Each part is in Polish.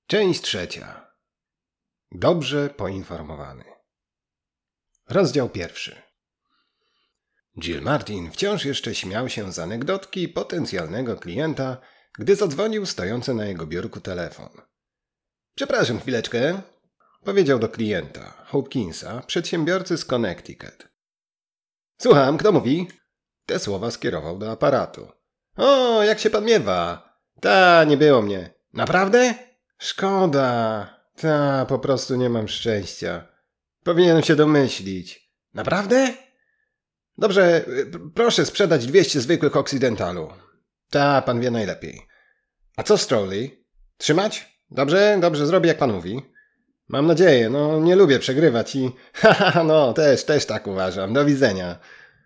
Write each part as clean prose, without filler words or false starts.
Część 3. Dobrze poinformowany. Rozdział 1. Jill Martin wciąż jeszcze śmiał się z anegdotki potencjalnego klienta, gdy zadzwonił stojący na jego biurku telefon. Przepraszam chwileczkę, powiedział do klienta, Hopkinsa, przedsiębiorcy z Connecticut. Słucham, kto mówi? Te słowa skierował do aparatu. O, jak się pan miewa? Ta, nie było mnie. Naprawdę? Szkoda. Ta, po prostu nie mam szczęścia. Powinienem się domyślić. Naprawdę? Dobrze, proszę sprzedać 200 zwykłych Occidentalu. Ta, pan wie najlepiej. A co Stroley? Trzymać? Dobrze, zrobię jak pan mówi. Mam nadzieję, nie lubię przegrywać i... też tak uważam. Do widzenia.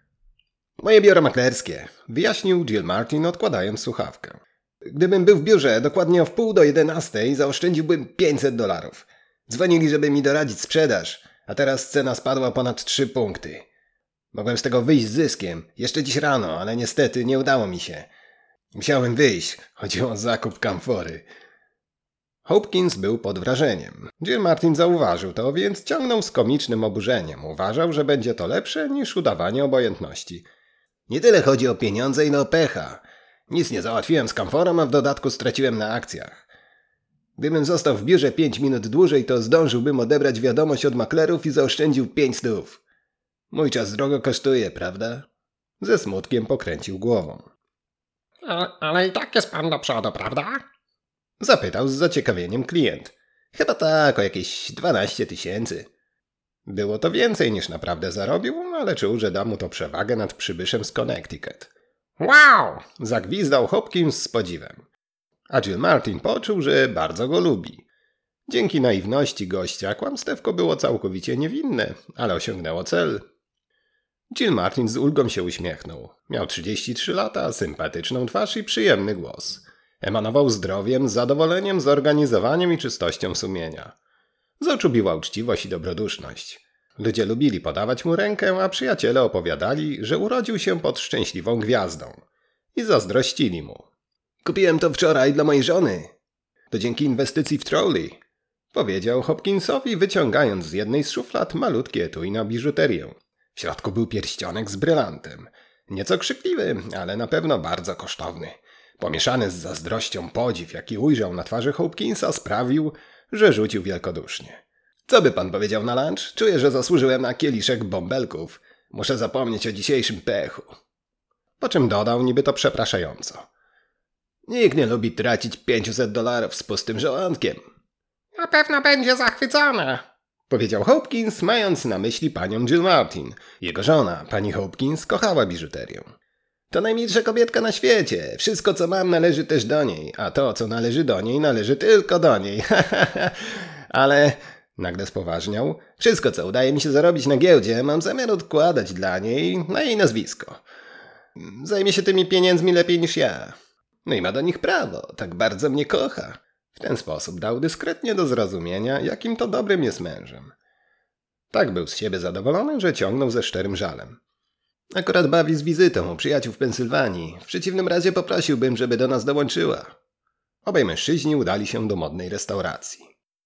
Moje biuro maklerskie, wyjaśnił Jill Martin, odkładając słuchawkę. Gdybym był w biurze dokładnie o 10:30, zaoszczędziłbym $500. Dzwonili, żeby mi doradzić sprzedaż, a teraz cena spadła o ponad 3 punkty. Mogłem z tego wyjść z zyskiem, jeszcze dziś rano, ale niestety nie udało mi się. Musiałem wyjść, chodziło o zakup kamfory. Hopkins był pod wrażeniem. Jill Martin zauważył to, więc ciągnął z komicznym oburzeniem. Uważał, że będzie to lepsze niż udawanie obojętności. Nie tyle chodzi o pieniądze, ile o pecha. Nic nie załatwiłem z kamforą, a w dodatku straciłem na akcjach. Gdybym został w biurze 5 minut dłużej, to zdążyłbym odebrać wiadomość od maklerów i zaoszczędził 500. Mój czas drogo kosztuje, prawda? Ze smutkiem pokręcił głową. Ale i tak jest pan do przodu, prawda? Zapytał z zaciekawieniem klient. Chyba tak, o jakieś 12 000. Było to więcej niż naprawdę zarobił, ale czuł, że da mu to przewagę nad przybyszem z Connecticut. Wow! Zagwizdał Hopkins z podziwem. A Jill Martin poczuł, że bardzo go lubi. Dzięki naiwności gościa kłamstewko było całkowicie niewinne, ale osiągnęło cel. Jill Martin z ulgą się uśmiechnął. Miał 33 lata, sympatyczną twarz i przyjemny głos. Emanował zdrowiem, zadowoleniem, zorganizowaniem i czystością sumienia. Z oczu biła uczciwość i dobroduszność. Ludzie lubili podawać mu rękę, a przyjaciele opowiadali, że urodził się pod szczęśliwą gwiazdą. I zazdrościli mu. Kupiłem to wczoraj dla mojej żony. To dzięki inwestycji w Trolli, powiedział Hopkinsowi, wyciągając z jednej z szuflad malutkie etui na biżuterię. W środku był pierścionek z brylantem. Nieco krzykliwy, ale na pewno bardzo kosztowny. Pomieszany z zazdrością podziw, jaki ujrzał na twarzy Hopkinsa, sprawił, że rzucił wielkodusznie. Co by pan powiedział na lunch? Czuję, że zasłużyłem na kieliszek bąbelków. Muszę zapomnieć o dzisiejszym pechu. Po czym dodał niby to przepraszająco. Nikt nie lubi tracić $500 z pustym żołądkiem. Na pewno będzie zachwycona, powiedział Hopkins, mając na myśli panią Jill Martin. Jego żona, pani Hopkins, kochała biżuterię. To najmilsza kobietka na świecie. Wszystko, co mam, należy też do niej. A to, co należy do niej, należy tylko do niej. Ale... nagle spoważniał. Wszystko, co udaje mi się zarobić na giełdzie, mam zamiar odkładać dla niej na jej nazwisko. Zajmie się tymi pieniędzmi lepiej niż ja. No i ma do nich prawo. Tak bardzo mnie kocha. W ten sposób dał dyskretnie do zrozumienia, jakim to dobrym jest mężem. Tak był z siebie zadowolony, że ciągnął ze szczerym żalem. Akurat bawi z wizytą u przyjaciół w Pensylwanii. W przeciwnym razie poprosiłbym, żeby do nas dołączyła. Obaj mężczyźni udali się do modnej restauracji.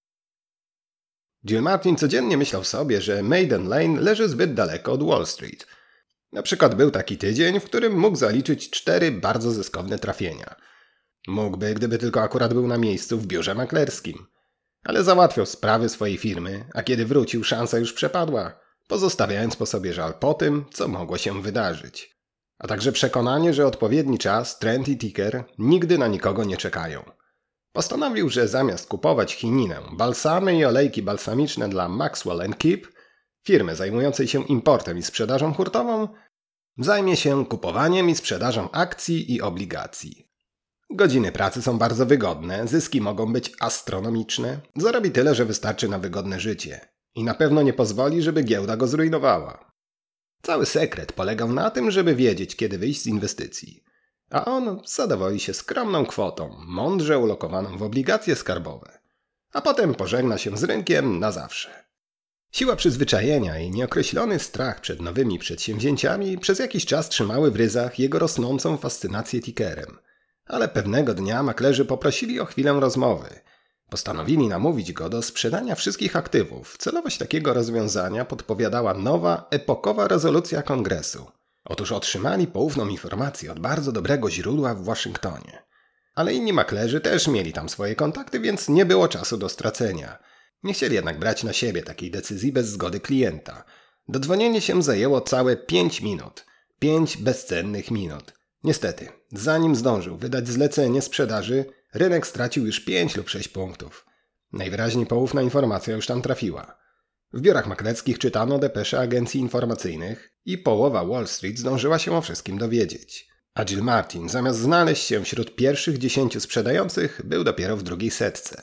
Jill Martin codziennie myślał sobie, że Maiden Lane leży zbyt daleko od Wall Street. Na przykład był taki tydzień, w którym mógł zaliczyć 4 bardzo zyskowne trafienia. Mógłby, gdyby tylko akurat był na miejscu w biurze maklerskim. Ale załatwiał sprawy swojej firmy, a kiedy wrócił, szansa już przepadła, pozostawiając po sobie żal po tym, co mogło się wydarzyć. A także przekonanie, że odpowiedni czas, trend i ticker nigdy na nikogo nie czekają. Postanowił, że zamiast kupować chininę, balsamy i olejki balsamiczne dla Maxwell & Kip, firmy zajmującej się importem i sprzedażą hurtową, zajmie się kupowaniem i sprzedażą akcji i obligacji. Godziny pracy są bardzo wygodne, zyski mogą być astronomiczne, zarobi tyle, że wystarczy na wygodne życie i na pewno nie pozwoli, żeby giełda go zrujnowała. Cały sekret polegał na tym, żeby wiedzieć, kiedy wyjść z inwestycji. A on zadowoli się skromną kwotą, mądrze ulokowaną w obligacje skarbowe. A potem pożegna się z rynkiem na zawsze. Siła przyzwyczajenia i nieokreślony strach przed nowymi przedsięwzięciami przez jakiś czas trzymały w ryzach jego rosnącą fascynację tickerem. Ale pewnego dnia maklerzy poprosili o chwilę rozmowy. Postanowili namówić go do sprzedania wszystkich aktywów. Celowość takiego rozwiązania podpowiadała nowa, epokowa rezolucja kongresu. Otóż otrzymali poufną informację od bardzo dobrego źródła w Waszyngtonie. Ale inni maklerzy też mieli tam swoje kontakty, więc nie było czasu do stracenia. Nie chcieli jednak brać na siebie takiej decyzji bez zgody klienta. Dodzwonienie się zajęło całe 5 minut. 5 bezcennych minut. Niestety, zanim zdążył wydać zlecenie sprzedaży, rynek stracił już 5 lub 6 punktów. Najwyraźniej poufna informacja już tam trafiła. W biurach makleckich czytano depesze agencji informacyjnych i połowa Wall Street zdążyła się o wszystkim dowiedzieć. A Jill Martin, zamiast znaleźć się wśród pierwszych 10 sprzedających, był dopiero w drugiej setce.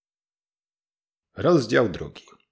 Rozdział 2.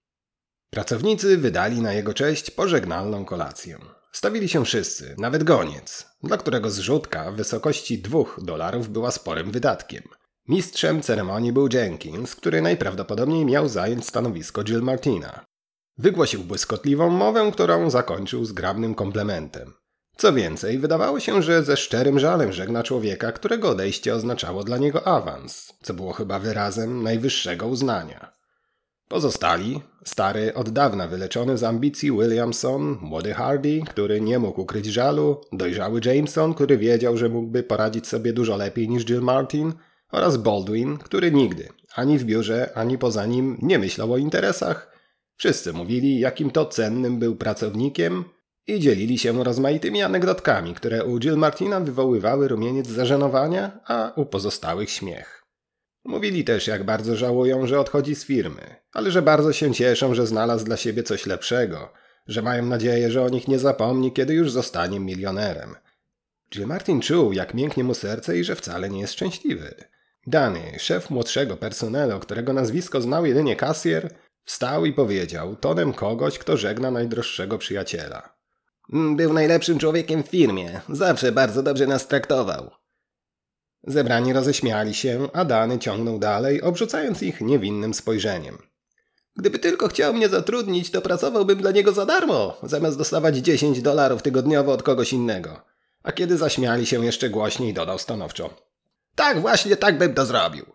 Pracownicy wydali na jego cześć pożegnalną kolację. Stawili się wszyscy, nawet goniec, dla którego zrzutka w wysokości $2 była sporym wydatkiem. Mistrzem ceremonii był Jenkins, który najprawdopodobniej miał zająć stanowisko Jill Martina. Wygłosił błyskotliwą mowę, którą zakończył zgrabnym komplementem. Co więcej, wydawało się, że ze szczerym żalem żegna człowieka, którego odejście oznaczało dla niego awans, co było chyba wyrazem najwyższego uznania. Pozostali, stary, od dawna wyleczony z ambicji Williamson, młody Hardy, który nie mógł ukryć żalu, dojrzały Jameson, który wiedział, że mógłby poradzić sobie dużo lepiej niż Jill Martin, oraz Baldwin, który nigdy, ani w biurze, ani poza nim, nie myślał o interesach. Wszyscy mówili, jakim to cennym był pracownikiem i dzielili się rozmaitymi anegdotkami, które u Jill Martina wywoływały rumieniec zażenowania, a u pozostałych śmiech. Mówili też, jak bardzo żałują, że odchodzi z firmy, ale że bardzo się cieszą, że znalazł dla siebie coś lepszego, że mają nadzieję, że o nich nie zapomni, kiedy już zostanie milionerem. Jill Martin czuł, jak mięknie mu serce i że wcale nie jest szczęśliwy. Danny, szef młodszego personelu, którego nazwisko znał jedynie kasjer, wstał i powiedział tonem kogoś, kto żegna najdroższego przyjaciela. Był najlepszym człowiekiem w firmie, zawsze bardzo dobrze nas traktował. Zebrani roześmiali się, a Danny ciągnął dalej, obrzucając ich niewinnym spojrzeniem. Gdyby tylko chciał mnie zatrudnić, to pracowałbym dla niego za darmo, zamiast dostawać $10 tygodniowo od kogoś innego. A kiedy zaśmiali się jeszcze głośniej, dodał stanowczo. Tak, właśnie tak bym to zrobił.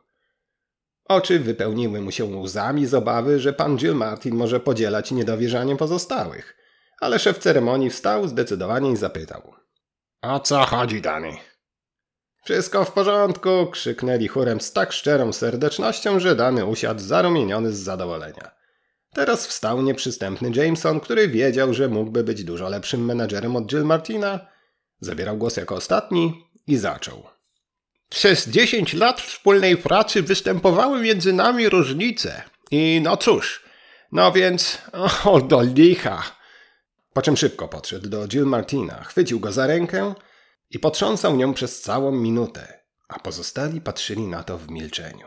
Oczy wypełniły mu się łzami z obawy, że pan Jill Martin może podzielać niedowierzanie pozostałych. Ale szef ceremonii wstał zdecydowanie i zapytał. O co chodzi, Danny? Wszystko w porządku, krzyknęli chórem z tak szczerą serdecznością, że Danny usiadł zarumieniony z zadowolenia. Teraz wstał nieprzystępny Jameson, który wiedział, że mógłby być dużo lepszym menedżerem od Jill Martina. Zabierał głos jako ostatni i zaczął. Przez 10 lat wspólnej pracy występowały między nami różnice. I no cóż, no więc, do licha. Po czym szybko podszedł do Jill Martina, chwycił go za rękę i potrząsał nią przez całą minutę, a pozostali patrzyli na to w milczeniu.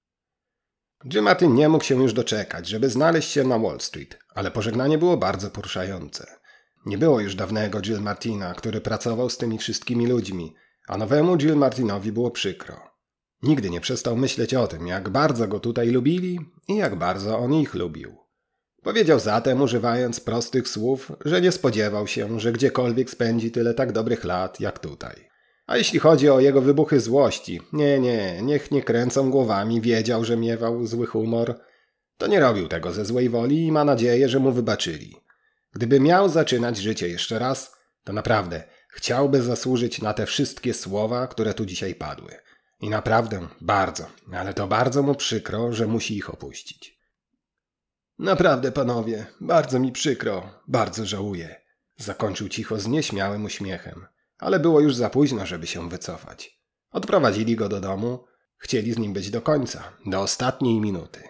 Jill Martin nie mógł się już doczekać, żeby znaleźć się na Wall Street, ale pożegnanie było bardzo poruszające. Nie było już dawnego Jill Martina, który pracował z tymi wszystkimi ludźmi, a nowemu Jill Martinowi było przykro. Nigdy nie przestał myśleć o tym, jak bardzo go tutaj lubili i jak bardzo on ich lubił. Powiedział zatem, używając prostych słów, że nie spodziewał się, że gdziekolwiek spędzi tyle tak dobrych lat jak tutaj. A jeśli chodzi o jego wybuchy złości, niech nie kręcą głowami, wiedział, że miewał zły humor. To nie robił tego ze złej woli i ma nadzieję, że mu wybaczyli. Gdyby miał zaczynać życie jeszcze raz, to naprawdę chciałby zasłużyć na te wszystkie słowa, które tu dzisiaj padły. I naprawdę bardzo, ale to bardzo mu przykro, że musi ich opuścić. Naprawdę, panowie, bardzo mi przykro, bardzo żałuję. Zakończył cicho z nieśmiałym uśmiechem, ale było już za późno, żeby się wycofać. Odprowadzili go do domu, chcieli z nim być do końca, do ostatniej minuty.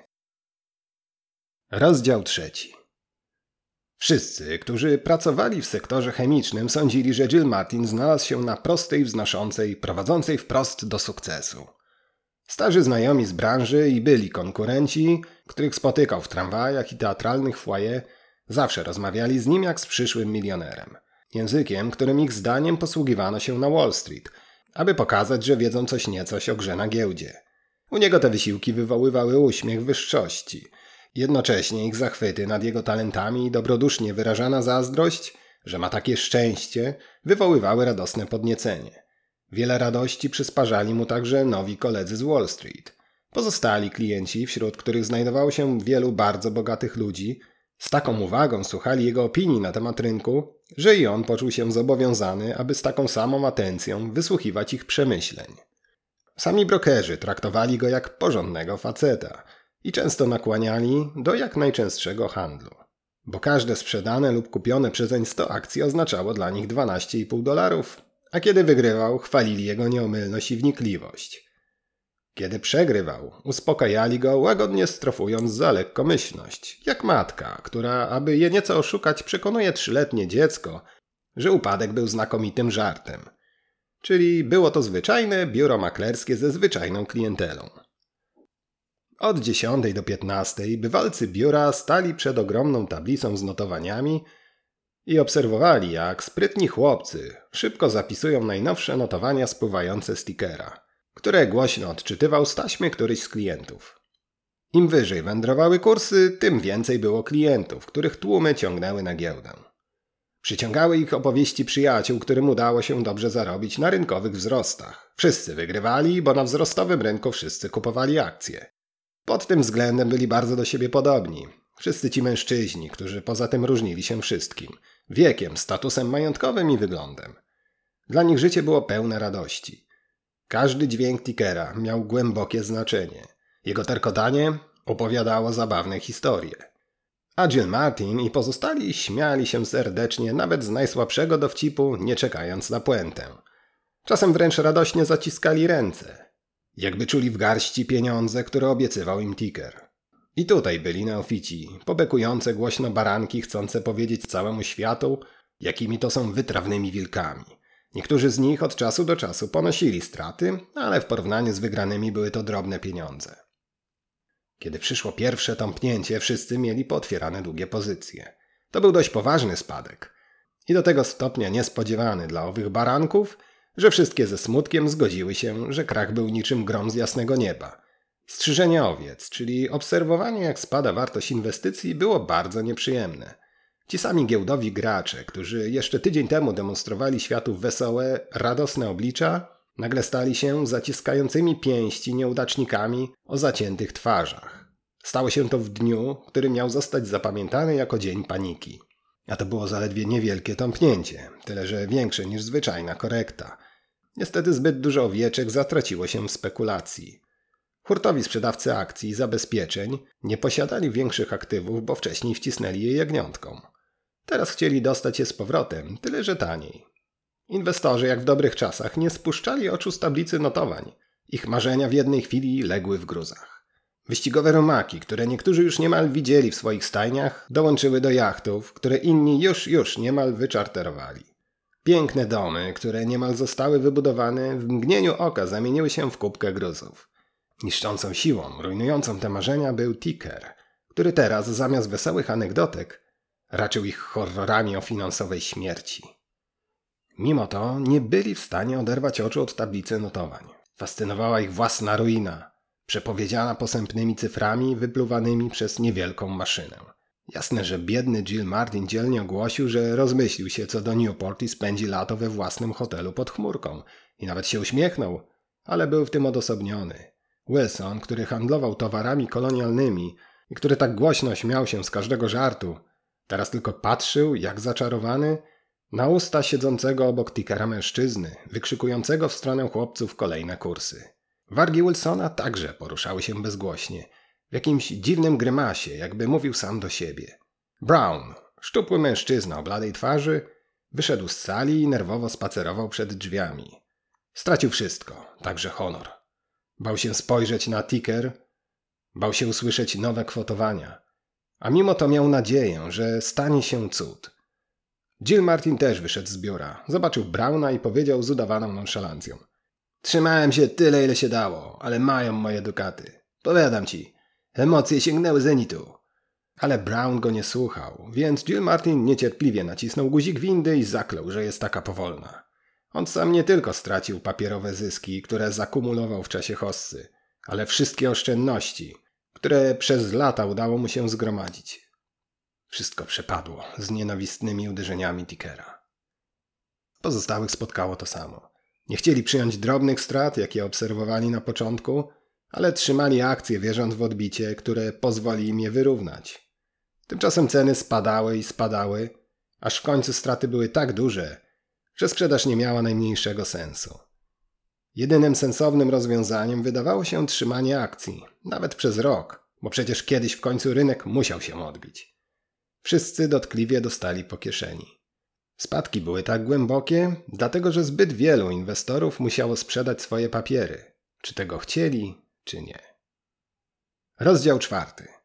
Rozdział 3. Wszyscy, którzy pracowali w sektorze chemicznym, sądzili, że Jill Martin znalazł się na prostej wznoszącej, prowadzącej wprost do sukcesu. Starzy znajomi z branży i byli konkurenci, których spotykał w tramwajach i teatralnych foyer, zawsze rozmawiali z nim jak z przyszłym milionerem. Językiem, którym ich zdaniem posługiwano się na Wall Street, aby pokazać, że wiedzą coś niecoś o grze na giełdzie. U niego te wysiłki wywoływały uśmiech wyższości. Jednocześnie ich zachwyty nad jego talentami i dobrodusznie wyrażana zazdrość, że ma takie szczęście, wywoływały radosne podniecenie. Wiele radości przysparzali mu także nowi koledzy z Wall Street. Pozostali klienci, wśród których znajdowało się wielu bardzo bogatych ludzi, z taką uwagą słuchali jego opinii na temat rynku, że i on poczuł się zobowiązany, aby z taką samą atencją wysłuchiwać ich przemyśleń. Sami brokerzy traktowali go jak porządnego faceta i często nakłaniali do jak najczęstszego handlu, bo każde sprzedane lub kupione przezeń 100 akcji oznaczało dla nich $12,5, a kiedy wygrywał, chwalili jego nieomylność i wnikliwość. Kiedy przegrywał, uspokajali go, łagodnie strofując za lekkomyślność, jak matka, która, aby je nieco oszukać, przekonuje 3-letnie dziecko, że upadek był znakomitym żartem. Czyli było to zwyczajne biuro maklerskie ze zwyczajną klientelą. Od 10 do 15 bywalcy biura stali przed ogromną tablicą z notowaniami i obserwowali, jak sprytni chłopcy szybko zapisują najnowsze notowania spływające z tickera, które głośno odczytywał z taśmy któryś z klientów. Im wyżej wędrowały kursy, tym więcej było klientów, których tłumy ciągnęły na giełdę. Przyciągały ich opowieści przyjaciół, którym udało się dobrze zarobić na rynkowych wzrostach. Wszyscy wygrywali, bo na wzrostowym rynku wszyscy kupowali akcje. Pod tym względem byli bardzo do siebie podobni. Wszyscy ci mężczyźni, którzy poza tym różnili się wszystkim. Wiekiem, statusem majątkowym i wyglądem. Dla nich życie było pełne radości. Każdy dźwięk tickera miał głębokie znaczenie. Jego terkotanie opowiadało zabawne historie. A Jill Martin i pozostali śmiali się serdecznie nawet z najsłabszego dowcipu, nie czekając na puentę. Czasem wręcz radośnie zaciskali ręce, jakby czuli w garści pieniądze, które obiecywał im ticker. I tutaj byli neofici, pobekujące głośno baranki chcące powiedzieć całemu światu, jakimi to są wytrawnymi wilkami. Niektórzy z nich od czasu do czasu ponosili straty, ale w porównaniu z wygranymi były to drobne pieniądze. Kiedy przyszło pierwsze tąpnięcie, wszyscy mieli pootwierane długie pozycje. To był dość poważny spadek. I do tego stopnia niespodziewany dla owych baranków, że wszystkie ze smutkiem zgodziły się, że krach był niczym grom z jasnego nieba. Strzyżenie owiec, czyli obserwowanie jak spada wartość inwestycji, było bardzo nieprzyjemne. Ci sami giełdowi gracze, którzy jeszcze tydzień temu demonstrowali światu wesołe, radosne oblicza, nagle stali się zaciskającymi pięści nieudacznikami o zaciętych twarzach. Stało się to w dniu, który miał zostać zapamiętany jako dzień paniki. A to było zaledwie niewielkie tąpnięcie, tyle że większe niż zwyczajna korekta. Niestety zbyt dużo owieczek zatraciło się w spekulacji. Hurtowi sprzedawcy akcji i zabezpieczeń nie posiadali większych aktywów, bo wcześniej wcisnęli je jagniątkom. Teraz chcieli dostać je z powrotem, tyle że taniej. Inwestorzy, jak w dobrych czasach, nie spuszczali oczu z tablicy notowań. Ich marzenia w jednej chwili legły w gruzach. Wyścigowe rumaki, które niektórzy już niemal widzieli w swoich stajniach, dołączyły do jachtów, które inni już niemal wyczarterowali. Piękne domy, które niemal zostały wybudowane, w mgnieniu oka zamieniły się w kubkę gruzów. Niszczącą siłą, rujnującą te marzenia był ticker, który teraz, zamiast wesołych anegdotek, raczył ich horrorami o finansowej śmierci. Mimo to nie byli w stanie oderwać oczu od tablicy notowań. Fascynowała ich własna ruina, przepowiedziana posępnymi cyframi wypluwanymi przez niewielką maszynę. Jasne, że biedny Jill Martin dzielnie ogłosił, że rozmyślił się co do Newport i spędzi lato we własnym hotelu pod chmurką. I nawet się uśmiechnął, ale był w tym odosobniony. Wilson, który handlował towarami kolonialnymi i który tak głośno śmiał się z każdego żartu, teraz tylko patrzył, jak zaczarowany, na usta siedzącego obok tickera mężczyzny, wykrzykującego w stronę chłopców kolejne kursy. Wargi Wilsona także poruszały się bezgłośnie, w jakimś dziwnym grymasie, jakby mówił sam do siebie. Brown, szczupły mężczyzna o bladej twarzy, wyszedł z sali i nerwowo spacerował przed drzwiami. Stracił wszystko, także honor. Bał się spojrzeć na ticker, bał się usłyszeć nowe kwotowania, a mimo to miał nadzieję, że stanie się cud. Jill Martin też wyszedł z biura, zobaczył Browna i powiedział z udawaną nonszalancją: trzymałem się tyle, ile się dało, ale mają moje dukaty. Powiadam ci, emocje sięgnęły zenitu. Ale Brown go nie słuchał, więc Jill Martin niecierpliwie nacisnął guzik windy i zaklął, że jest taka powolna. On sam nie tylko stracił papierowe zyski, które zakumulował w czasie hossy, ale wszystkie oszczędności, które przez lata udało mu się zgromadzić. Wszystko przepadło z nienawistnymi uderzeniami tickera. Pozostałych spotkało to samo. Nie chcieli przyjąć drobnych strat, jakie obserwowali na początku, ale trzymali akcje, wierząc w odbicie, które pozwoli im je wyrównać. Tymczasem ceny spadały i spadały, aż w końcu straty były tak duże, że sprzedaż nie miała najmniejszego sensu. Jedynym sensownym rozwiązaniem wydawało się trzymanie akcji, nawet przez rok, bo przecież kiedyś w końcu rynek musiał się odbić. Wszyscy dotkliwie dostali po kieszeni. Spadki były tak głębokie, dlatego że zbyt wielu inwestorów musiało sprzedać swoje papiery, czy tego chcieli, czy nie. Rozdział 4.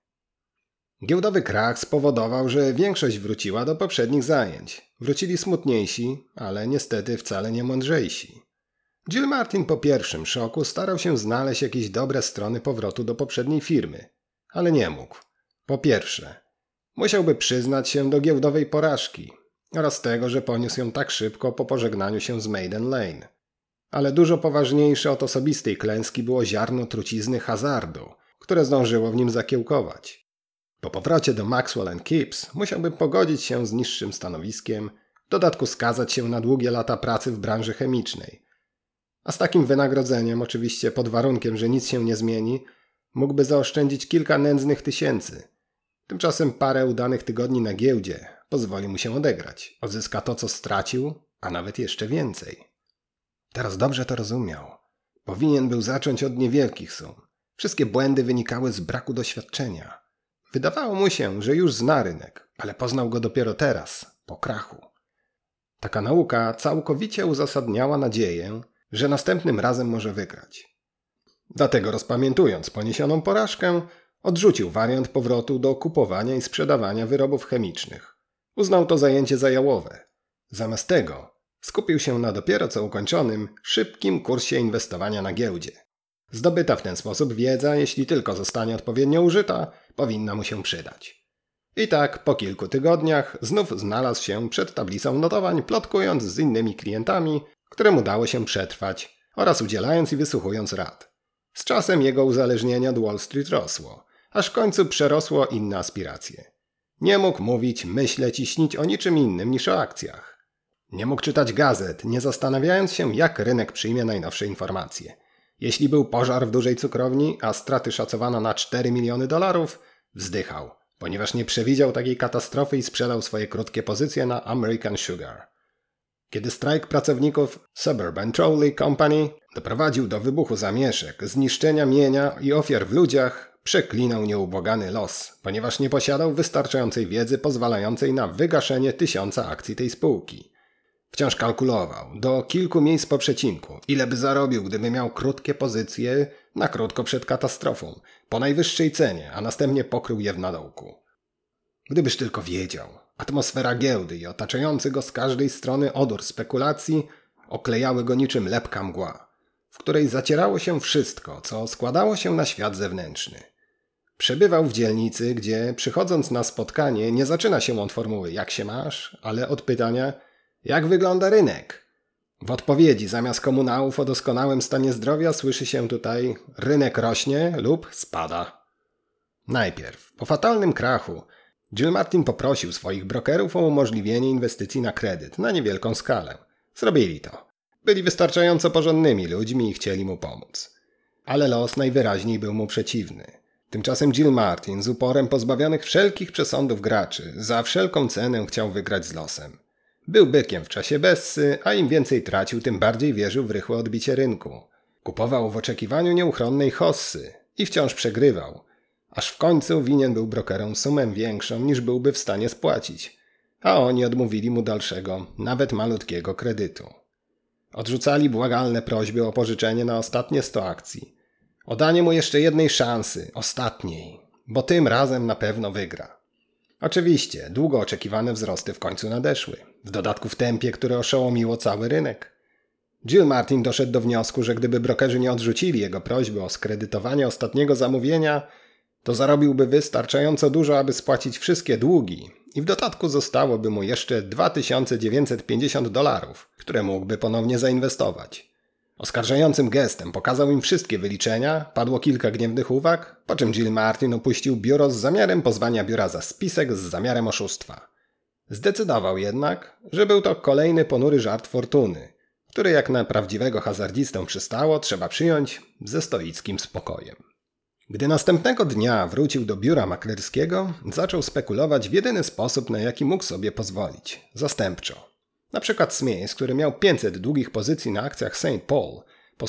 Giełdowy krach spowodował, że większość wróciła do poprzednich zajęć. Wrócili smutniejsi, ale niestety wcale nie mądrzejsi. Jill Martin po pierwszym szoku starał się znaleźć jakieś dobre strony powrotu do poprzedniej firmy, ale nie mógł. Po pierwsze, musiałby przyznać się do giełdowej porażki oraz tego, że poniósł ją tak szybko po pożegnaniu się z Maiden Lane. Ale dużo poważniejsze od osobistej klęski było ziarno trucizny hazardu, które zdążyło w nim zakiełkować. Po powrocie do Maxwell & Kipps musiałby pogodzić się z niższym stanowiskiem, w dodatku skazać się na długie lata pracy w branży chemicznej. A z takim wynagrodzeniem, oczywiście pod warunkiem, że nic się nie zmieni, mógłby zaoszczędzić kilka nędznych tysięcy. Tymczasem parę udanych tygodni na giełdzie pozwoli mu się odegrać. Odzyska to, co stracił, a nawet jeszcze więcej. Teraz dobrze to rozumiał. Powinien był zacząć od niewielkich sum. Wszystkie błędy wynikały z braku doświadczenia. Wydawało mu się, że już zna rynek, ale poznał go dopiero teraz, po krachu. Taka nauka całkowicie uzasadniała nadzieję, że następnym razem może wygrać. Dlatego rozpamiętując poniesioną porażkę, odrzucił wariant powrotu do kupowania i sprzedawania wyrobów chemicznych. Uznał to zajęcie za jałowe. Zamiast tego skupił się na dopiero co ukończonym, szybkim kursie inwestowania na giełdzie. Zdobyta w ten sposób wiedza, jeśli tylko zostanie odpowiednio użyta, powinna mu się przydać. I tak po kilku tygodniach znów znalazł się przed tablicą notowań, plotkując z innymi klientami, którym udało się przetrwać, oraz udzielając i wysłuchując rad. Z czasem jego uzależnienie od Wall Street rosło, aż w końcu przerosło inne aspiracje. Nie mógł mówić, myśleć i śnić o niczym innym niż o akcjach. Nie mógł czytać gazet, nie zastanawiając się, jak rynek przyjmie najnowsze informacje. Jeśli był pożar w dużej cukrowni, a straty szacowano na $4 miliony, wzdychał, ponieważ nie przewidział takiej katastrofy i sprzedał swoje krótkie pozycje na American Sugar. Kiedy strajk pracowników Suburban Trolley Company doprowadził do wybuchu zamieszek, zniszczenia mienia i ofiar w ludziach, przeklinał nieubłagany los, ponieważ nie posiadał wystarczającej wiedzy pozwalającej na wygaszenie 1000 akcji tej spółki. Wciąż kalkulował, do kilku miejsc po przecinku, ile by zarobił, gdyby miał krótkie pozycje na krótko przed katastrofą, po najwyższej cenie, a następnie pokrył je w nadołku. Gdybyż tylko wiedział, atmosfera giełdy i otaczający go z każdej strony odór spekulacji oklejały go niczym lepka mgła, w której zacierało się wszystko, co składało się na świat zewnętrzny. Przebywał w dzielnicy, gdzie przychodząc na spotkanie nie zaczyna się od formuły jak się masz, ale od pytania jak wygląda rynek. W odpowiedzi zamiast komunałów o doskonałym stanie zdrowia słyszy się tutaj rynek rośnie lub spada. Najpierw, po fatalnym krachu, Jill Martin poprosił swoich brokerów o umożliwienie inwestycji na kredyt na niewielką skalę. Zrobili to. Byli wystarczająco porządnymi ludźmi i chcieli mu pomóc. Ale los najwyraźniej był mu przeciwny. Tymczasem Jill Martin z uporem pozbawionych wszelkich przesądów graczy za wszelką cenę chciał wygrać z losem. Był bykiem w czasie Bessy, a im więcej tracił, tym bardziej wierzył w rychłe odbicie rynku. Kupował w oczekiwaniu nieuchronnej hossy i wciąż przegrywał. Aż w końcu winien był brokerom sumę większą niż byłby w stanie spłacić, a oni odmówili mu dalszego, nawet malutkiego kredytu. Odrzucali błagalne prośby o pożyczenie na ostatnie 100 akcji. O danie mu jeszcze jednej szansy, ostatniej, bo tym razem na pewno wygra. Oczywiście, długo oczekiwane wzrosty w końcu nadeszły, w dodatku w tempie, które oszołomiło cały rynek. Jill Martin doszedł do wniosku, że gdyby brokerzy nie odrzucili jego prośby o skredytowanie ostatniego zamówienia, to zarobiłby wystarczająco dużo, aby spłacić wszystkie długi i w dodatku zostałoby mu jeszcze $2950, które mógłby ponownie zainwestować. Oskarżającym gestem pokazał im wszystkie wyliczenia, padło kilka gniewnych uwag, po czym Jill Martin opuścił biuro z zamiarem pozwania biura za spisek z zamiarem oszustwa. Zdecydował jednak, że był to kolejny ponury żart fortuny, który jak na prawdziwego hazardzistę przystało, trzeba przyjąć ze stoickim spokojem. Gdy następnego dnia wrócił do biura maklerskiego, zaczął spekulować w jedyny sposób, na jaki mógł sobie pozwolić – zastępczo. Na przykład Smith, który miał 500 długich pozycji na akcjach St. Paul, po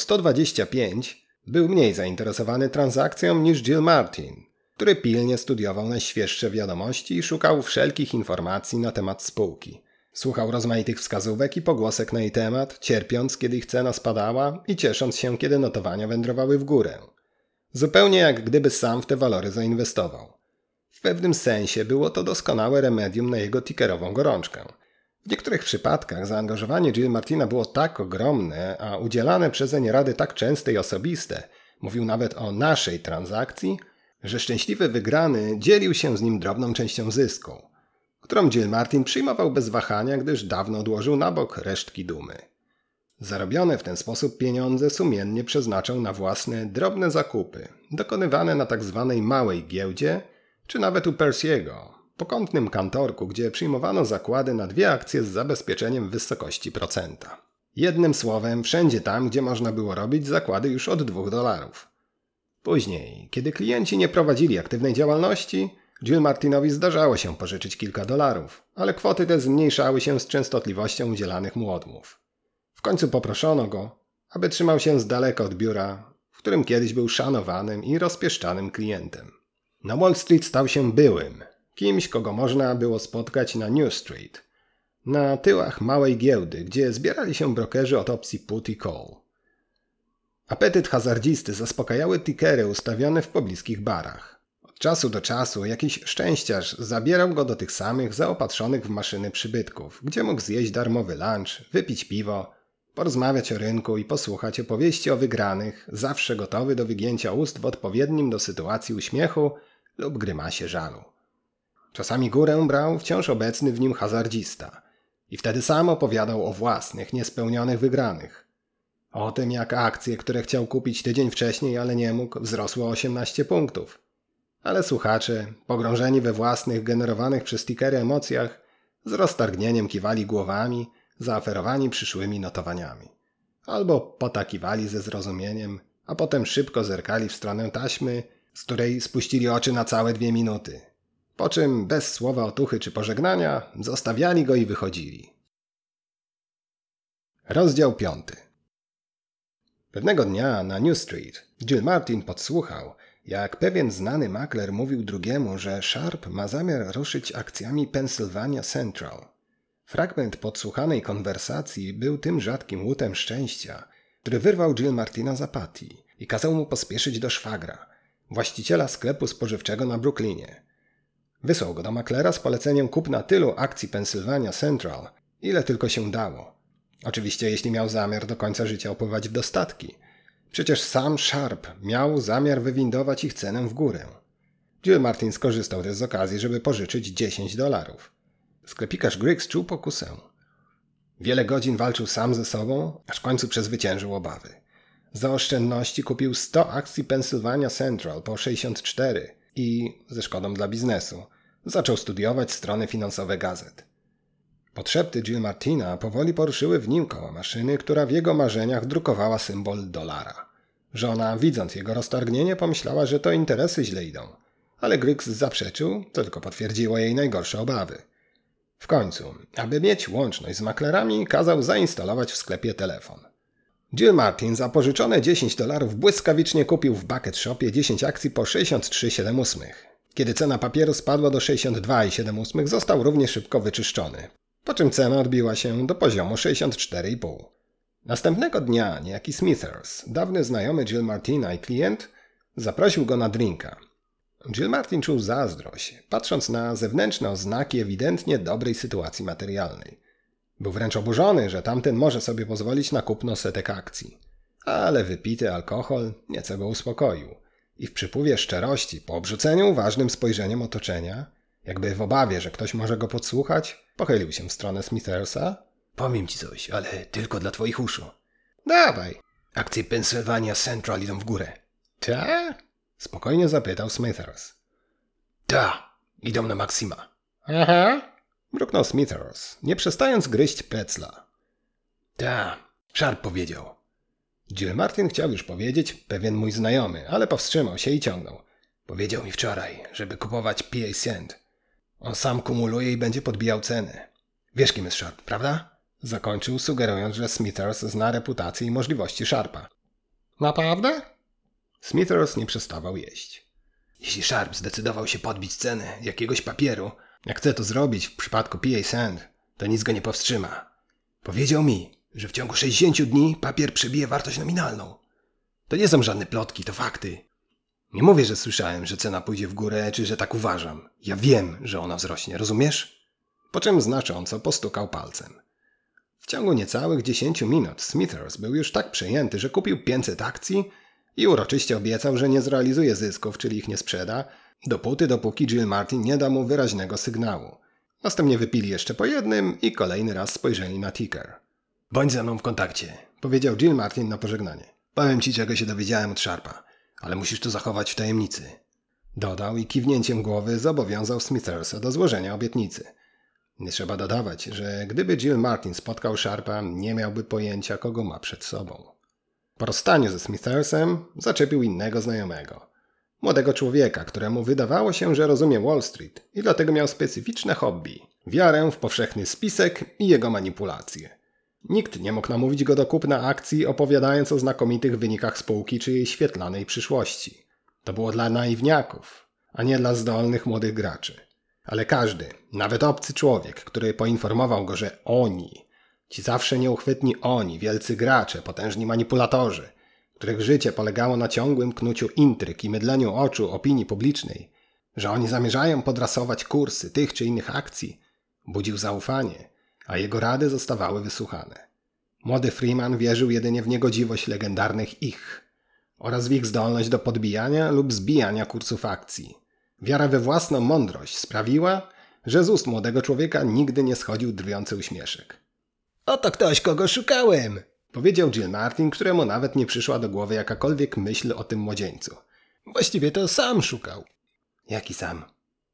125 był mniej zainteresowany transakcją niż Jill Martin, który pilnie studiował najświeższe wiadomości i szukał wszelkich informacji na temat spółki. Słuchał rozmaitych wskazówek i pogłosek na jej temat, cierpiąc, kiedy ich cena spadała i ciesząc się, kiedy notowania wędrowały w górę. Zupełnie jak gdyby sam w te walory zainwestował. W pewnym sensie było to doskonałe remedium na jego tickerową gorączkę. W niektórych przypadkach zaangażowanie Jill Martina było tak ogromne, a udzielane przezeń rady tak częste i osobiste, mówił nawet o naszej transakcji, że szczęśliwy wygrany dzielił się z nim drobną częścią zysku, którą Jill Martin przyjmował bez wahania, gdyż dawno odłożył na bok resztki dumy. Zarobione w ten sposób pieniądze sumiennie przeznaczał na własne drobne zakupy, dokonywane na tzw. małej giełdzie, czy nawet u Persiego, pokątnym kantorku, gdzie przyjmowano zakłady na 2 akcje z zabezpieczeniem w wysokości procenta. Jednym słowem, wszędzie tam, gdzie można było robić zakłady już od $2. Później, kiedy klienci nie prowadzili aktywnej działalności, Jill Martinowi zdarzało się pożyczyć kilka dolarów, ale kwoty te zmniejszały się z częstotliwością udzielanych mu odmów. W końcu poproszono go, aby trzymał się z daleka od biura, w którym kiedyś był szanowanym i rozpieszczanym klientem. Na Wall Street stał się byłym, kimś, kogo można było spotkać na New Street, na tyłach małej giełdy, gdzie zbierali się brokerzy od opcji put i call. Apetyt hazardzisty zaspokajały tickery ustawione w pobliskich barach. Od czasu do czasu jakiś szczęściarz zabierał go do tych samych zaopatrzonych w maszyny przybytków, gdzie mógł zjeść darmowy lunch, wypić piwo, porozmawiać o rynku i posłuchać opowieści o wygranych, zawsze gotowy do wygięcia ust w odpowiednim do sytuacji uśmiechu lub grymasie żalu. Czasami górę brał wciąż obecny w nim hazardzista i wtedy sam opowiadał o własnych, niespełnionych wygranych. O tym, jak akcje, które chciał kupić tydzień wcześniej, ale nie mógł, wzrosły o 18 punktów. Ale słuchacze, pogrążeni we własnych, generowanych przez tickery emocjach, z roztargnieniem kiwali głowami, zaoferowani przyszłymi notowaniami. Albo potakiwali ze zrozumieniem, a potem szybko zerkali w stronę taśmy, z której spuścili oczy na całe 2 minuty. Po czym, bez słowa otuchy czy pożegnania, zostawiali go i wychodzili. Rozdział 5. Pewnego dnia na New Street Jill Martin podsłuchał, jak pewien znany makler mówił drugiemu, że Sharp ma zamiar ruszyć akcjami Pennsylvania Central. Fragment podsłuchanej konwersacji był tym rzadkim łutem szczęścia, który wyrwał Jill Martina z apatii i kazał mu pospieszyć do szwagra, właściciela sklepu spożywczego na Brooklynie. Wysłał go do maklera z poleceniem kupna tylu akcji Pennsylvania Central, ile tylko się dało. Oczywiście jeśli miał zamiar do końca życia opływać w dostatki. Przecież sam Sharp miał zamiar wywindować ich cenę w górę. Jill Martin skorzystał też z okazji, żeby pożyczyć $10. Sklepikarz Griggs czuł pokusę. Wiele godzin walczył sam ze sobą, aż w końcu przezwyciężył obawy. Za oszczędności kupił 100 akcji Pennsylvania Central po 64 i, ze szkodą dla biznesu, zaczął studiować strony finansowe gazet. Podszepty Jill Martina powoli poruszyły w nim koło maszyny, która w jego marzeniach drukowała symbol dolara. Żona, widząc jego roztargnienie, pomyślała, że to interesy źle idą, ale Griggs zaprzeczył, to tylko potwierdziło jej najgorsze obawy. W końcu, aby mieć łączność z maklerami, kazał zainstalować w sklepie telefon. Jill Martin za pożyczone $10 błyskawicznie kupił w Bucket Shopie 10 akcji po 63,78. Kiedy cena papieru spadła do 62,78, został równie szybko wyczyszczony, po czym cena odbiła się do poziomu 64,5. Następnego dnia niejaki Smithers, dawny znajomy Jill Martina i klient, zaprosił go na drinka. Jill Martin czuł zazdrość, patrząc na zewnętrzne oznaki ewidentnie dobrej sytuacji materialnej. Był wręcz oburzony, że tamten może sobie pozwolić na kupno setek akcji. Ale wypity alkohol nieco go uspokoił. I w przypływie szczerości, po obrzuceniu uważnym spojrzeniem otoczenia, jakby w obawie, że ktoś może go podsłuchać, pochylił się w stronę Smithersa. Powiem ci coś, ale tylko dla twoich uszu. Dawaj. Akcje Pennsylvania Central idą w górę. Ta? Spokojnie zapytał Smithers. Ta, idą na Maxima. Aha. Mruknął Smithers, nie przestając gryźć pecla. Ta, Sharp powiedział. Jill Martin chciał już powiedzieć pewien mój znajomy, ale powstrzymał się i ciągnął. Powiedział mi wczoraj, żeby kupować PA Sand. On sam kumuluje i będzie podbijał ceny. Wiesz, kim jest Sharp, prawda? Zakończył, sugerując, że Smithers zna reputację i możliwości Sharpa. Naprawdę? Smithers nie przestawał jeść. Jeśli Sharp zdecydował się podbić cenę jakiegoś papieru, jak chce to zrobić w przypadku PA Sand, to nic go nie powstrzyma. Powiedział mi, że w ciągu 60 dni papier przebije wartość nominalną. To nie są żadne plotki, to fakty. Nie mówię, że słyszałem, że cena pójdzie w górę, czy że tak uważam. Ja wiem, że ona wzrośnie, rozumiesz? Po czym znacząco postukał palcem. W ciągu niecałych 10 minut Smithers był już tak przejęty, że kupił 500 akcji i uroczyście obiecał, że nie zrealizuje zysków, czyli ich nie sprzeda, dopóki Jill Martin nie da mu wyraźnego sygnału. Następnie wypili jeszcze po jednym i kolejny raz spojrzeli na ticker. Bądź ze mną w kontakcie, powiedział Jill Martin na pożegnanie. Powiem ci, czego się dowiedziałem od Sharpa, ale musisz to zachować w tajemnicy. Dodał i kiwnięciem głowy zobowiązał Smithersa do złożenia obietnicy. Nie trzeba dodawać, że gdyby Jill Martin spotkał Sharpa, nie miałby pojęcia, kogo ma przed sobą. Po rozstaniu ze Smithersem zaczepił innego znajomego. Młodego człowieka, któremu wydawało się, że rozumie Wall Street i dlatego miał specyficzne hobby. Wiarę w powszechny spisek i jego manipulacje. Nikt nie mógł namówić go do kupna akcji, opowiadając o znakomitych wynikach spółki czy jej świetlanej przyszłości. To było dla naiwniaków, a nie dla zdolnych młodych graczy. Ale każdy, nawet obcy człowiek, który poinformował go, że oni, ci zawsze nieuchwytni oni, wielcy gracze, potężni manipulatorzy, których życie polegało na ciągłym knuciu intryg i mydleniu oczu opinii publicznej, że oni zamierzają podrasować kursy tych czy innych akcji, budził zaufanie, a jego rady zostawały wysłuchane. Młody Freeman wierzył jedynie w niegodziwość legendarnych ich oraz w ich zdolność do podbijania lub zbijania kursów akcji. Wiara we własną mądrość sprawiła, że z ust młodego człowieka nigdy nie schodził drwiący uśmieszek. Oto ktoś, kogo szukałem, powiedział Jill Martin, któremu nawet nie przyszła do głowy jakakolwiek myśl o tym młodzieńcu. Właściwie to sam szukał. Jaki sam?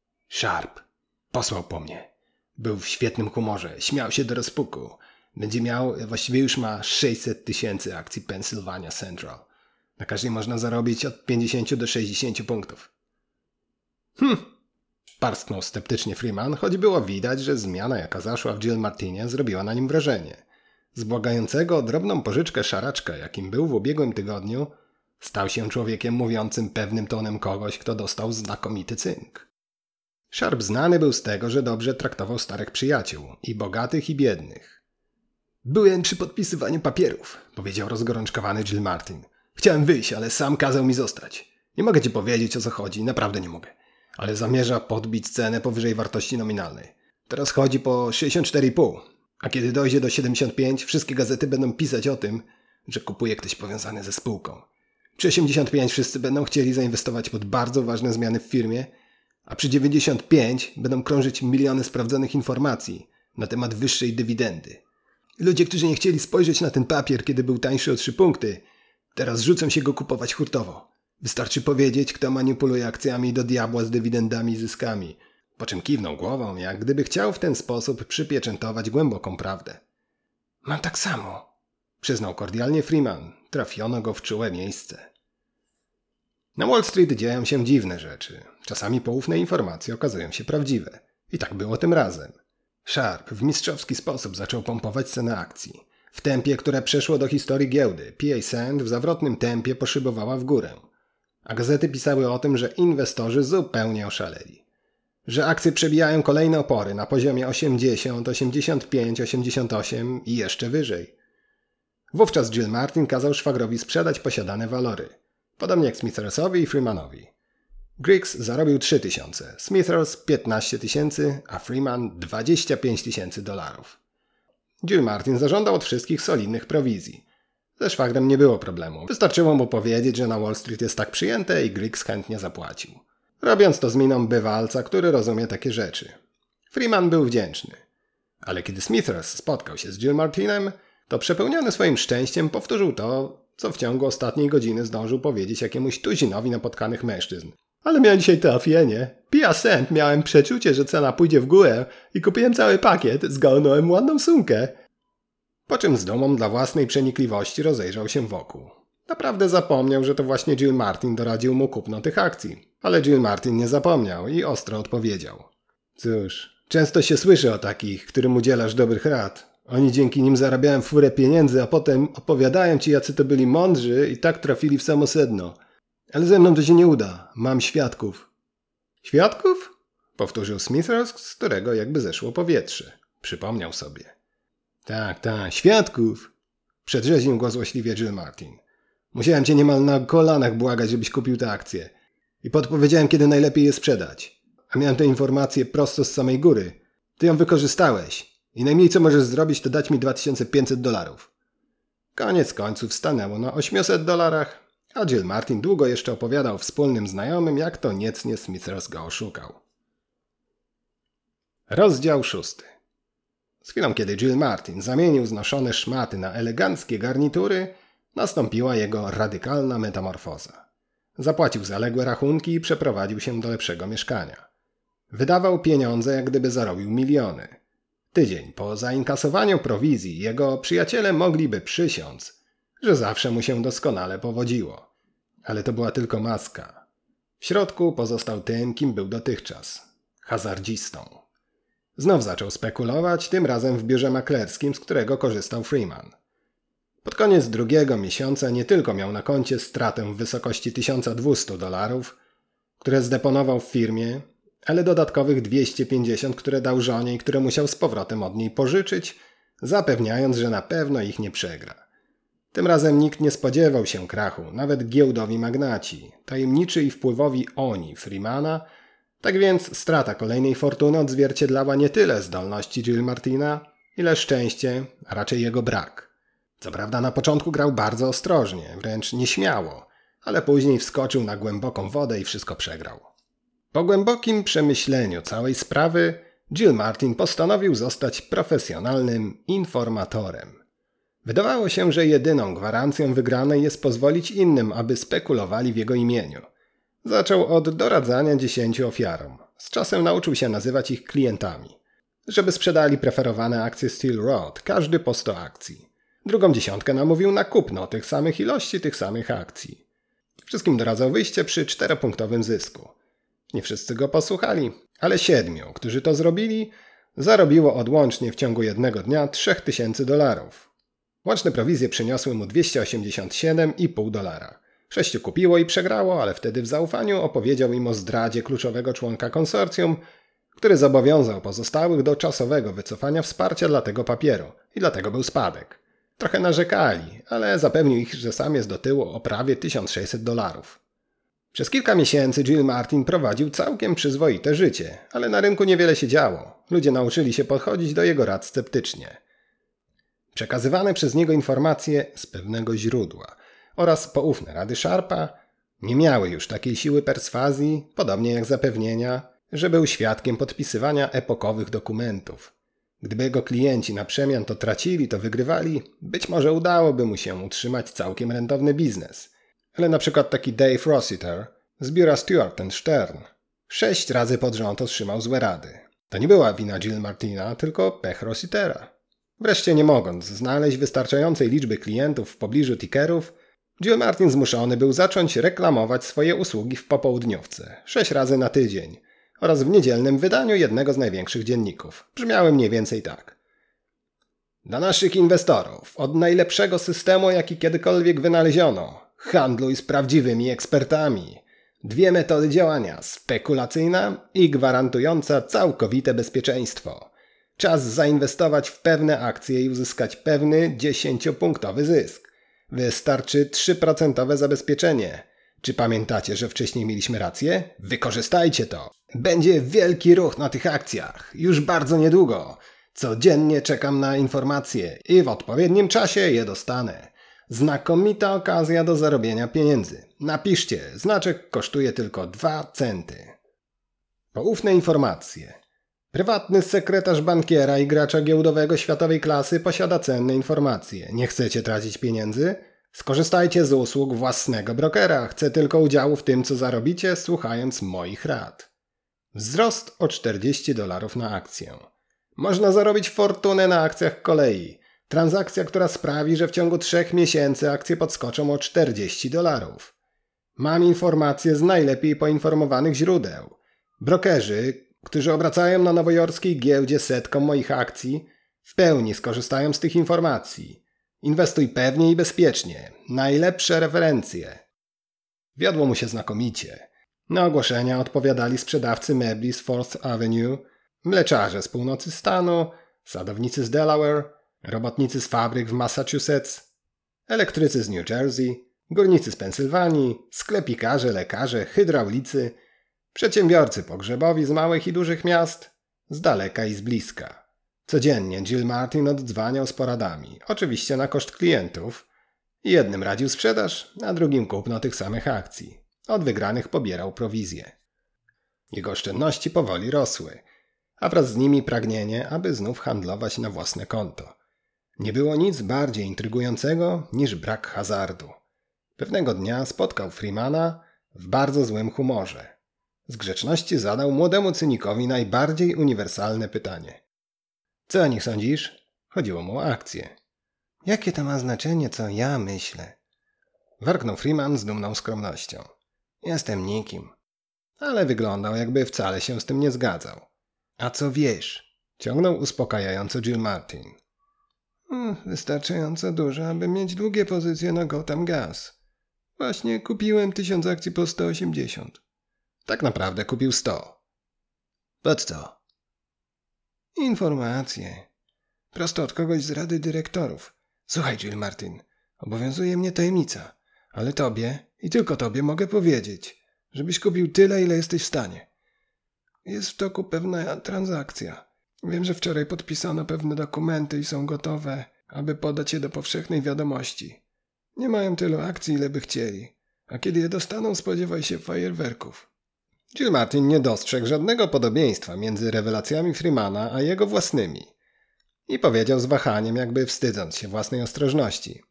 Sharp. Posłał po mnie. Był w świetnym humorze, śmiał się do rozpuku. Właściwie już ma 600 000 akcji Pennsylvania Central. Na każdej można zarobić od 50 do 60 punktów. Parsknął sceptycznie Freeman, choć było widać, że zmiana, jaka zaszła w Jill Martinie, zrobiła na nim wrażenie. Z błagającego o drobną pożyczkę szaraczka, jakim był w ubiegłym tygodniu, stał się człowiekiem mówiącym pewnym tonem kogoś, kto dostał znakomity cynk. Sharp znany był z tego, że dobrze traktował starych przyjaciół, i bogatych, i biednych. Byłem przy podpisywaniu papierów, powiedział rozgorączkowany Jill Martin. Chciałem wyjść, ale sam kazał mi zostać. Nie mogę ci powiedzieć, o co chodzi, naprawdę nie mogę. Ale zamierza podbić cenę powyżej wartości nominalnej. Teraz chodzi po 64,5, a kiedy dojdzie do 75, wszystkie gazety będą pisać o tym, że kupuje ktoś powiązany ze spółką. Przy 85 wszyscy będą chcieli zainwestować pod bardzo ważne zmiany w firmie, a przy 95 będą krążyć miliony sprawdzonych informacji na temat wyższej dywidendy. Ludzie, którzy nie chcieli spojrzeć na ten papier, kiedy był tańszy o 3 punkty, teraz rzucą się go kupować hurtowo. Wystarczy powiedzieć, kto manipuluje akcjami do diabła z dywidendami i zyskami, po czym kiwnął głową, jak gdyby chciał w ten sposób przypieczętować głęboką prawdę. Mam tak samo, przyznał kordialnie Freeman. Trafiono go w czułe miejsce. Na Wall Street dzieją się dziwne rzeczy. Czasami poufne informacje okazują się prawdziwe. I tak było tym razem. Sharp w mistrzowski sposób zaczął pompować cenę akcji. W tempie, które przeszło do historii giełdy, PA Sand w zawrotnym tempie poszybowała w górę. A gazety pisały o tym, że inwestorzy zupełnie oszaleli. Że akcje przebijają kolejne opory na poziomie 80, 85, 88 i jeszcze wyżej. Wówczas Jill Martin kazał szwagrowi sprzedać posiadane walory. Podobnie jak Smithersowi i Freemanowi. Griggs zarobił 3000, Smithers 15 000, a Freeman 25 000 dolarów. Jill Martin zażądał od wszystkich solidnych prowizji. Ze szwagrem nie było problemu. Wystarczyło mu powiedzieć, że na Wall Street jest tak przyjęte i Griggs chętnie zapłacił. Robiąc to z miną bywalca, który rozumie takie rzeczy. Freeman był wdzięczny. Ale kiedy Smithers spotkał się z Jill Martinem, to przepełniony swoim szczęściem powtórzył to, co w ciągu ostatniej godziny zdążył powiedzieć jakiemuś tuzinowi napotkanych mężczyzn. Ale miałem dzisiaj trafienie. PA Sand miałem przeczucie, że cena pójdzie w górę i kupiłem cały pakiet, zgarnąłem ładną sumkę. Po czym z dumą dla własnej przenikliwości rozejrzał się wokół. Naprawdę zapomniał, że to właśnie Jill Martin doradził mu kupno tych akcji. Ale Jill Martin nie zapomniał i ostro odpowiedział. Cóż, często się słyszy o takich, którym udzielasz dobrych rad. Oni dzięki nim zarabiają furę pieniędzy, a potem opowiadają ci, jacy to byli mądrzy i tak trafili w samo sedno. Ale ze mną to się nie uda. Mam świadków. Świadków? Powtórzył Smithers, z którego jakby zeszło powietrze. Przypomniał sobie. Tak, świadków. Przedrzeźnił go złośliwie Jill Martin. Musiałem cię niemal na kolanach błagać, żebyś kupił tę akcję. I podpowiedziałem, kiedy najlepiej je sprzedać. A miałem tę informację prosto z samej góry. Ty ją wykorzystałeś. I najmniej co możesz zrobić, to dać mi $2500. Koniec końców stanęło na $800, a Jill Martin długo jeszcze opowiadał wspólnym znajomym, jak to niecnie Smithers go oszukał. Rozdział 6. Z chwilą, kiedy Jill Martin zamienił znoszone szmaty na eleganckie garnitury, nastąpiła jego radykalna metamorfoza. Zapłacił zaległe rachunki i przeprowadził się do lepszego mieszkania. Wydawał pieniądze, jak gdyby zarobił miliony. Tydzień po zainkasowaniu prowizji jego przyjaciele mogliby przysiąc, że zawsze mu się doskonale powodziło. Ale to była tylko maska. W środku pozostał tym, kim był dotychczas. Hazardzistą. Znów zaczął spekulować, tym razem w biurze maklerskim, z którego korzystał Freeman. Pod koniec drugiego miesiąca nie tylko miał na koncie stratę w wysokości $1200, które zdeponował w firmie, ale dodatkowych 250, które dał żonie i które musiał z powrotem od niej pożyczyć, zapewniając, że na pewno ich nie przegra. Tym razem nikt nie spodziewał się krachu, nawet giełdowi magnaci, tajemniczy i wpływowi oni Freemana, tak więc strata kolejnej fortuny odzwierciedlała nie tyle zdolności Jill Martina, ile szczęście, a raczej jego brak. Co prawda na początku grał bardzo ostrożnie, wręcz nieśmiało, ale później wskoczył na głęboką wodę i wszystko przegrał. Po głębokim przemyśleniu całej sprawy Jill Martin postanowił zostać profesjonalnym informatorem. Wydawało się, że jedyną gwarancją wygranej jest pozwolić innym, aby spekulowali w jego imieniu. Zaczął od doradzania 10 ofiarom. Z czasem nauczył się nazywać ich klientami. Żeby sprzedali preferowane akcje Steel Rod, każdy po 100 akcji. Drugą 10 namówił na kupno tych samych ilości tych samych akcji. Wszystkim doradzał wyjście przy 4-punktowym zysku. Nie wszyscy go posłuchali, ale 7, którzy to zrobili, zarobiło odłącznie w ciągu jednego dnia $3000. Łączne prowizje przyniosły mu $287,5. 6 kupiło i przegrało, ale wtedy w zaufaniu opowiedział im o zdradzie kluczowego członka konsorcjum, który zobowiązał pozostałych do czasowego wycofania wsparcia dla tego papieru i dlatego był spadek. Trochę narzekali, ale zapewnił ich, że sam jest do tyłu o prawie $1600. Przez kilka miesięcy Jill Martin prowadził całkiem przyzwoite życie, ale na rynku niewiele się działo. Ludzie nauczyli się podchodzić do jego rad sceptycznie. Przekazywane przez niego informacje z pewnego źródła oraz poufne rady Sharpa nie miały już takiej siły perswazji, podobnie jak zapewnienia, że był świadkiem podpisywania epokowych dokumentów. Gdyby jego klienci na przemian to tracili, to wygrywali, być może udałoby mu się utrzymać całkiem rentowny biznes. Ale na przykład taki Dave Rossiter z biura Stewart & Stern 6 razy pod rząd otrzymał złe rady. To nie była wina Jill Martina, tylko pech Rossitera. Wreszcie nie mogąc znaleźć wystarczającej liczby klientów w pobliżu tickerów, Jill Martin zmuszony był zacząć reklamować swoje usługi w popołudniówce 6 razy na tydzień oraz w niedzielnym wydaniu jednego z największych dzienników. Brzmiały mniej więcej tak. Dla naszych inwestorów od najlepszego systemu, jaki kiedykolwiek wynaleziono, handluj z prawdziwymi ekspertami. 2 metody działania, spekulacyjna i gwarantująca całkowite bezpieczeństwo. Czas zainwestować w pewne akcje i uzyskać pewny 10-punktowy zysk. Wystarczy 3% zabezpieczenie. Czy pamiętacie, że wcześniej mieliśmy rację? Wykorzystajcie to. Będzie wielki ruch na tych akcjach. Już bardzo niedługo. Codziennie czekam na informacje i w odpowiednim czasie je dostanę. Znakomita okazja do zarobienia pieniędzy. Napiszcie, znaczek kosztuje tylko 2 centy. Poufne informacje. Prywatny sekretarz bankiera i gracza giełdowego światowej klasy posiada cenne informacje. Nie chcecie tracić pieniędzy? Skorzystajcie z usług własnego brokera. Chcę tylko udziału w tym, co zarobicie, słuchając moich rad. Wzrost o $40 na akcję. Można zarobić fortunę na akcjach kolei. Transakcja, która sprawi, że w ciągu 3 miesięcy akcje podskoczą o $40. Mam informacje z najlepiej poinformowanych źródeł. Brokerzy, którzy obracają na nowojorskiej giełdzie setką moich akcji, w pełni skorzystają z tych informacji. Inwestuj pewnie i bezpiecznie. Najlepsze referencje. Wiodło mu się znakomicie. Na ogłoszenia odpowiadali sprzedawcy mebli z Fourth Avenue, mleczarze z północy stanu, sadownicy z Delaware, robotnicy z fabryk w Massachusetts, elektrycy z New Jersey, górnicy z Pensylwanii, sklepikarze, lekarze, hydraulicy, przedsiębiorcy pogrzebowi z małych i dużych miast, z daleka i z bliska. Codziennie Jill Martin oddzwaniał z poradami, oczywiście na koszt klientów. Jednym radził sprzedaż, a drugim kupno tych samych akcji. Od wygranych pobierał prowizję. Jego oszczędności powoli rosły, a wraz z nimi pragnienie, aby znów handlować na własne konto. Nie było nic bardziej intrygującego niż brak hazardu. Pewnego dnia spotkał Freemana w bardzo złym humorze. Z grzeczności zadał młodemu cynikowi najbardziej uniwersalne pytanie. Co o nich sądzisz? Chodziło mu o akcje. Jakie to ma znaczenie, co ja myślę? Warknął Freeman z dumną skromnością. Jestem nikim. Ale wyglądał, jakby wcale się z tym nie zgadzał. A co wiesz? Ciągnął uspokajająco Jill Martin. Wystarczająco dużo, aby mieć długie pozycje na Gotham Gas. Właśnie kupiłem 1000 akcji po 180. Tak naprawdę kupił 100. Po co? Informacje. Prosto od kogoś z rady dyrektorów. Słuchaj, Jill Martin, obowiązuje mnie tajemnica, ale tobie i tylko tobie mogę powiedzieć, żebyś kupił tyle, ile jesteś w stanie. Jest w toku pewna transakcja. Wiem, że wczoraj podpisano pewne dokumenty i są gotowe, aby podać je do powszechnej wiadomości. Nie mają tylu akcji, ile by chcieli, a kiedy je dostaną, spodziewaj się fajerwerków. Jill Martin nie dostrzegł żadnego podobieństwa między rewelacjami Freemana a jego własnymi i powiedział z wahaniem, jakby wstydząc się własnej ostrożności.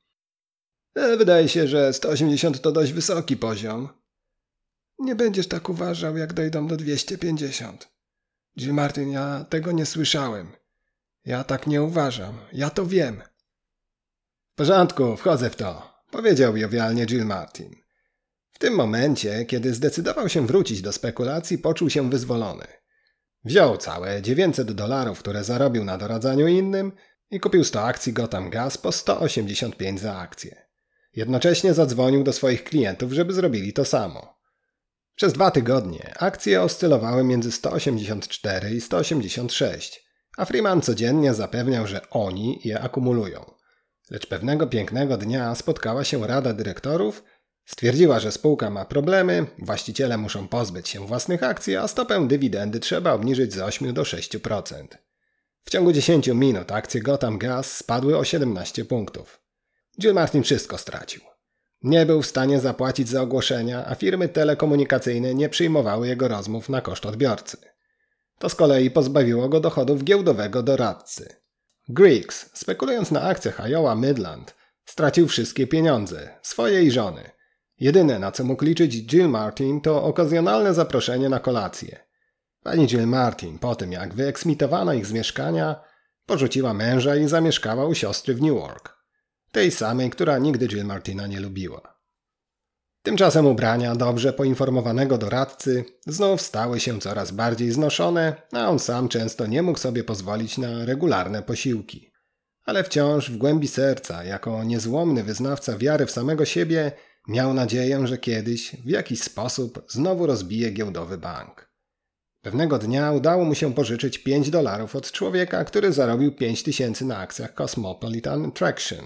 Wydaje się, że 180 to dość wysoki poziom. Nie będziesz tak uważał, jak dojdą do 250. Jill Martin, ja tego nie słyszałem. Ja tak nie uważam. Ja to wiem. W porządku, wchodzę w to, powiedział jowialnie Jill Martin. W tym momencie, kiedy zdecydował się wrócić do spekulacji, poczuł się wyzwolony. Wziął całe $900, które zarobił na doradzaniu innym i kupił 100 akcji Gotham Gas po 185 za akcję. Jednocześnie zadzwonił do swoich klientów, żeby zrobili to samo. Przez 2 tygodnie akcje oscylowały między 184 i 186, a Freeman codziennie zapewniał, że oni je akumulują. Lecz pewnego pięknego dnia spotkała się rada dyrektorów, stwierdziła, że spółka ma problemy, właściciele muszą pozbyć się własnych akcji, a stopę dywidendy trzeba obniżyć z 8 do 6%. W ciągu 10 minut akcje Gotham Gas spadły o 17 punktów. Jill Martin wszystko stracił. Nie był w stanie zapłacić za ogłoszenia, a firmy telekomunikacyjne nie przyjmowały jego rozmów na koszt odbiorcy. To z kolei pozbawiło go dochodów giełdowego doradcy. Griggs, spekulując na akcjach Iowa Midland, stracił wszystkie pieniądze, swoje i żony. Jedyne, na co mógł liczyć Jill Martin, to okazjonalne zaproszenie na kolację. Pani Jill Martin, po tym jak wyeksmitowano ich z mieszkania, porzuciła męża i zamieszkała u siostry w Newark. Tej samej, która nigdy Jill Martina nie lubiła. Tymczasem ubrania dobrze poinformowanego doradcy znów stały się coraz bardziej znoszone, a on sam często nie mógł sobie pozwolić na regularne posiłki. Ale wciąż w głębi serca, jako niezłomny wyznawca wiary w samego siebie, miał nadzieję, że kiedyś, w jakiś sposób, znowu rozbije giełdowy bank. Pewnego dnia udało mu się pożyczyć $5 od człowieka, który zarobił 5000 na akcjach Cosmopolitan Attraction.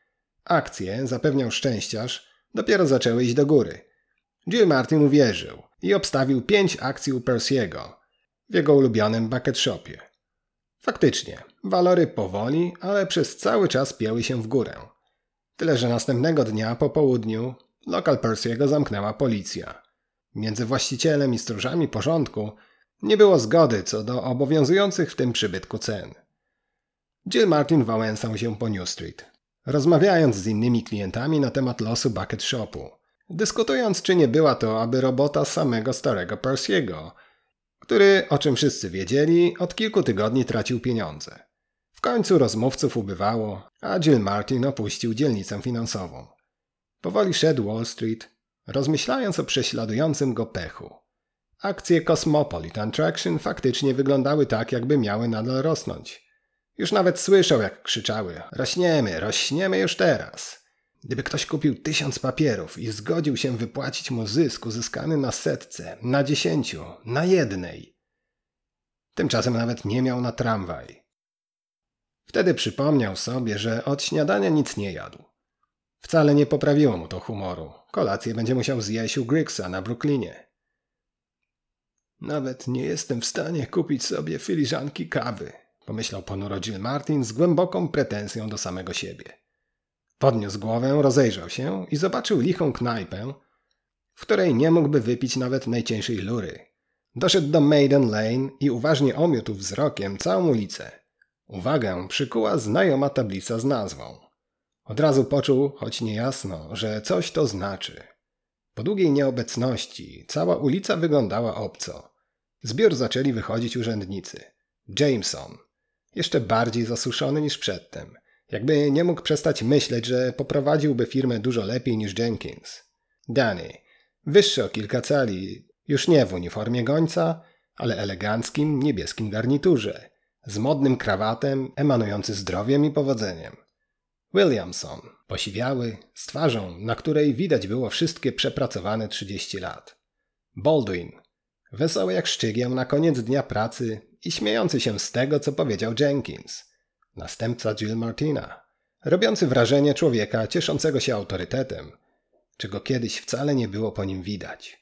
Akcje, zapewniał szczęściarz, dopiero zaczęły iść do góry. Jill Martin uwierzył i obstawił 5 akcji u Percy'ego w jego ulubionym bucket shopie. Faktycznie, walory powoli, ale przez cały czas pięły się w górę. Tyle, że następnego dnia po południu lokal Percy'ego zamknęła policja. Między właścicielem i stróżami porządku nie było zgody co do obowiązujących w tym przybytku cen. Jill Martin wałęsał się po New Street, rozmawiając z innymi klientami na temat losu bucket shopu, dyskutując, czy nie była to aby robota samego starego Percy'ego, który, o czym wszyscy wiedzieli, od kilku tygodni tracił pieniądze. W końcu rozmówców ubywało, a Jill Martin opuścił dzielnicę finansową. Powoli szedł Wall Street, rozmyślając o prześladującym go pechu. Akcje Cosmopolitan Traction faktycznie wyglądały tak, jakby miały nadal rosnąć. Już nawet słyszał, jak krzyczały: rośniemy, rośniemy już teraz. Gdyby ktoś kupił 1000 papierów i zgodził się wypłacić mu zysk uzyskany na 100, na 10, na 1. Tymczasem nawet nie miał na tramwaj. Wtedy przypomniał sobie, że od śniadania nic nie jadł. Wcale nie poprawiło mu to humoru. Kolację będzie musiał zjeść u Griggsa na Brooklynie. Nawet nie jestem w stanie kupić sobie filiżanki kawy, pomyślał ponuro Jill Martin z głęboką pretensją do samego siebie. Podniósł głowę, rozejrzał się i zobaczył lichą knajpę, w której nie mógłby wypić nawet najcieńszej lury. Doszedł do Maiden Lane i uważnie omiótł wzrokiem całą ulicę. Uwagę przykuła znajoma tablica z nazwą. Od razu poczuł, choć niejasno, że coś to znaczy. Po długiej nieobecności cała ulica wyglądała obco. Z biur zaczęli wychodzić urzędnicy. Jameson, jeszcze bardziej zasuszony niż przedtem, jakby nie mógł przestać myśleć, że poprowadziłby firmę dużo lepiej niż Jenkins. Danny, wyższy o kilka cali, już nie w uniformie gońca, ale eleganckim, niebieskim garniturze, z modnym krawatem, emanujący zdrowiem i powodzeniem. Williamson, posiwiały, z twarzą, na której widać było wszystkie przepracowane 30 lat. Baldwin, wesoły jak szczygieł na koniec dnia pracy i śmiejący się z tego, co powiedział Jenkins, następca Jill Martina, robiący wrażenie człowieka cieszącego się autorytetem, czego kiedyś wcale nie było po nim widać.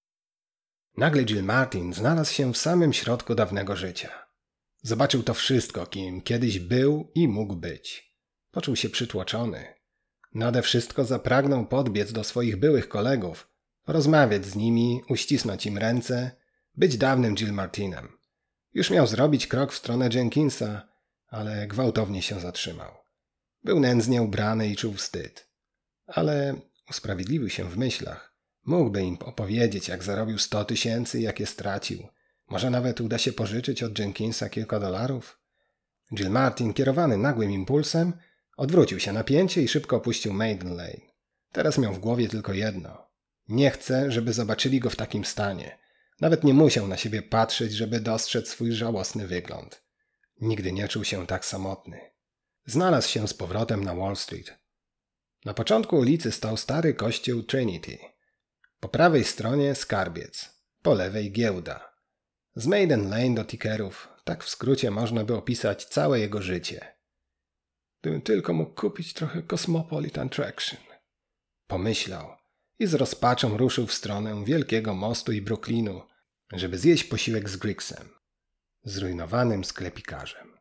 Nagle Jill Martin znalazł się w samym środku dawnego życia. Zobaczył to wszystko, kim kiedyś był i mógł być. Poczuł się przytłoczony. Nade wszystko zapragnął podbiec do swoich byłych kolegów, rozmawiać z nimi, uścisnąć im ręce, być dawnym Jill Martinem. Już miał zrobić krok w stronę Jenkinsa, ale gwałtownie się zatrzymał. Był nędznie ubrany i czuł wstyd. Ale usprawiedliwił się w myślach. Mógłby im opowiedzieć, jak zarobił 100 000 i jakie stracił. Może nawet uda się pożyczyć od Jenkinsa kilka dolarów? Jill Martin, kierowany nagłym impulsem, odwrócił się na pięcie i szybko opuścił Maiden Lane. Teraz miał w głowie tylko jedno. Nie chce, żeby zobaczyli go w takim stanie. Nawet nie musiał na siebie patrzeć, żeby dostrzec swój żałosny wygląd. Nigdy nie czuł się tak samotny. Znalazł się z powrotem na Wall Street. Na początku ulicy stał stary kościół Trinity. Po prawej stronie skarbiec, po lewej giełda. Z Maiden Lane do Tickerów, tak w skrócie można by opisać całe jego życie. Gdybym tylko mógł kupić trochę Cosmopolitan Traction, pomyślał i z rozpaczą ruszył w stronę Wielkiego Mostu i Brooklynu, żeby zjeść posiłek z Griggsem, zrujnowanym sklepikarzem.